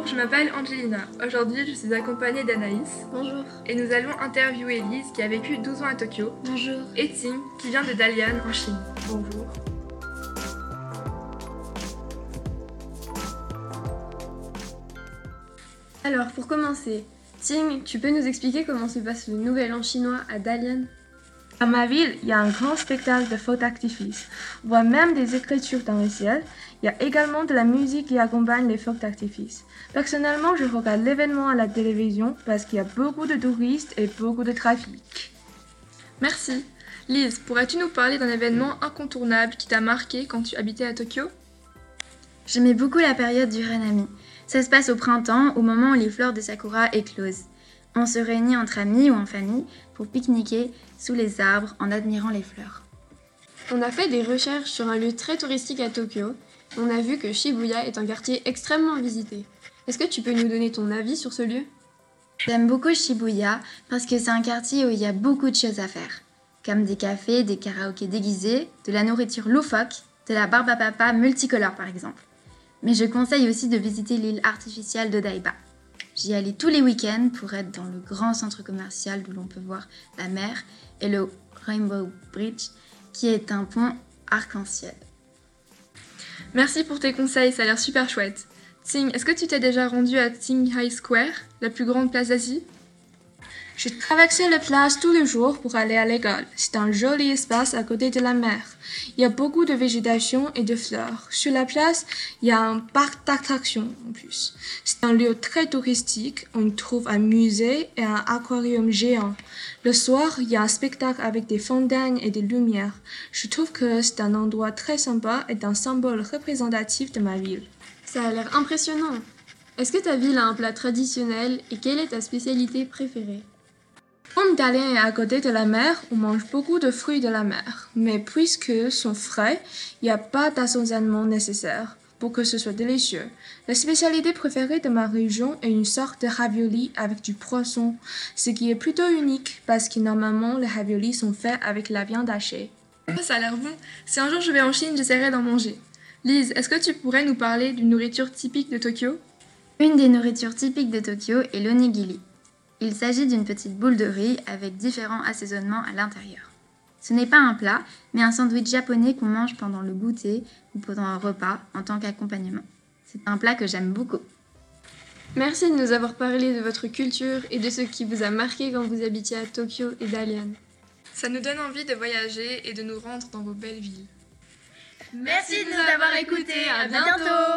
Bonjour, je m'appelle Angelina. Aujourd'hui, je suis accompagnée d'Anaïs. Bonjour. Et nous allons interviewer Lise qui a vécu 12 ans à Tokyo. Bonjour. Et Ting qui vient de Dalian en Chine. Bonjour. Alors, pour commencer, Ting, tu peux nous expliquer comment se passe le Nouvel An chinois à Dalian? Dans ma ville, il y a un grand spectacle de feux d'artifice. On voit même des écritures dans le ciel. Il y a également de la musique qui accompagne les feux d'artifice. Personnellement, je regarde l'événement à la télévision parce qu'il y a beaucoup de touristes et beaucoup de trafic. Merci. Lise, pourrais-tu nous parler d'un événement incontournable qui t'a marqué quand tu habitais à Tokyo? J'aimais beaucoup la période du Hanami. Ça se passe au printemps, au moment où les fleurs de sakura éclosent. On se réunit entre amis ou en famille pour pique-niquer sous les arbres en admirant les fleurs. On a fait des recherches sur un lieu très touristique à Tokyo. On a vu que Shibuya est un quartier extrêmement visité. Est-ce que tu peux nous donner ton avis sur ce lieu? J'aime beaucoup Shibuya parce que c'est un quartier où il y a beaucoup de choses à faire, comme des cafés, des karaokés déguisés, de la nourriture loufoque, de la barbe à papa multicolore par exemple. Mais je conseille aussi de visiter l'île artificielle d'Odaiba. J'y allais tous les week-ends pour être dans le grand centre commercial où l'on peut voir la mer et le Rainbow Bridge qui est un pont arc-en-ciel. Merci pour tes conseils, ça a l'air super chouette. Ting, est-ce que tu t'es déjà rendu à Qinghai Square, la plus grande place d'Asie? Je traversais la place tous les jours pour aller à l'école. C'est un joli espace à côté de la mer. Il y a beaucoup de végétation et de fleurs. Sur la place, il y a un parc d'attractions en plus. C'est un lieu très touristique. On y trouve un musée et un aquarium géant. Le soir, il y a un spectacle avec des fontaines et des lumières. Je trouve que c'est un endroit très sympa et un symbole représentatif de ma ville. Ça a l'air impressionnant. Est-ce que ta ville a un plat traditionnel et quelle est ta spécialité préférée? Comme Dalian est à côté de la mer, on mange beaucoup de fruits de la mer. Mais puisque sont frais, il n'y a pas d'assaisonnement nécessaire pour que ce soit délicieux. La spécialité préférée de ma région est une sorte de ravioli avec du poisson, ce qui est plutôt unique parce que normalement les raviolis sont faits avec la viande hachée. Ça a l'air bon. Si un jour je vais en Chine, j'essaierai d'en manger. Lise, est-ce que tu pourrais nous parler d'une nourriture typique de Tokyo? Une des nourritures typiques de Tokyo est l'onigiri. Il s'agit d'une petite boule de riz avec différents assaisonnements à l'intérieur. Ce n'est pas un plat, mais un sandwich japonais qu'on mange pendant le goûter ou pendant un repas en tant qu'accompagnement. C'est un plat que j'aime beaucoup. Merci de nous avoir parlé de votre culture et de ce qui vous a marqué quand vous habitiez à Tokyo et Dalian. Ça nous donne envie de voyager et de nous rendre dans vos belles villes. Merci de nous avoir écoutés, à bientôt!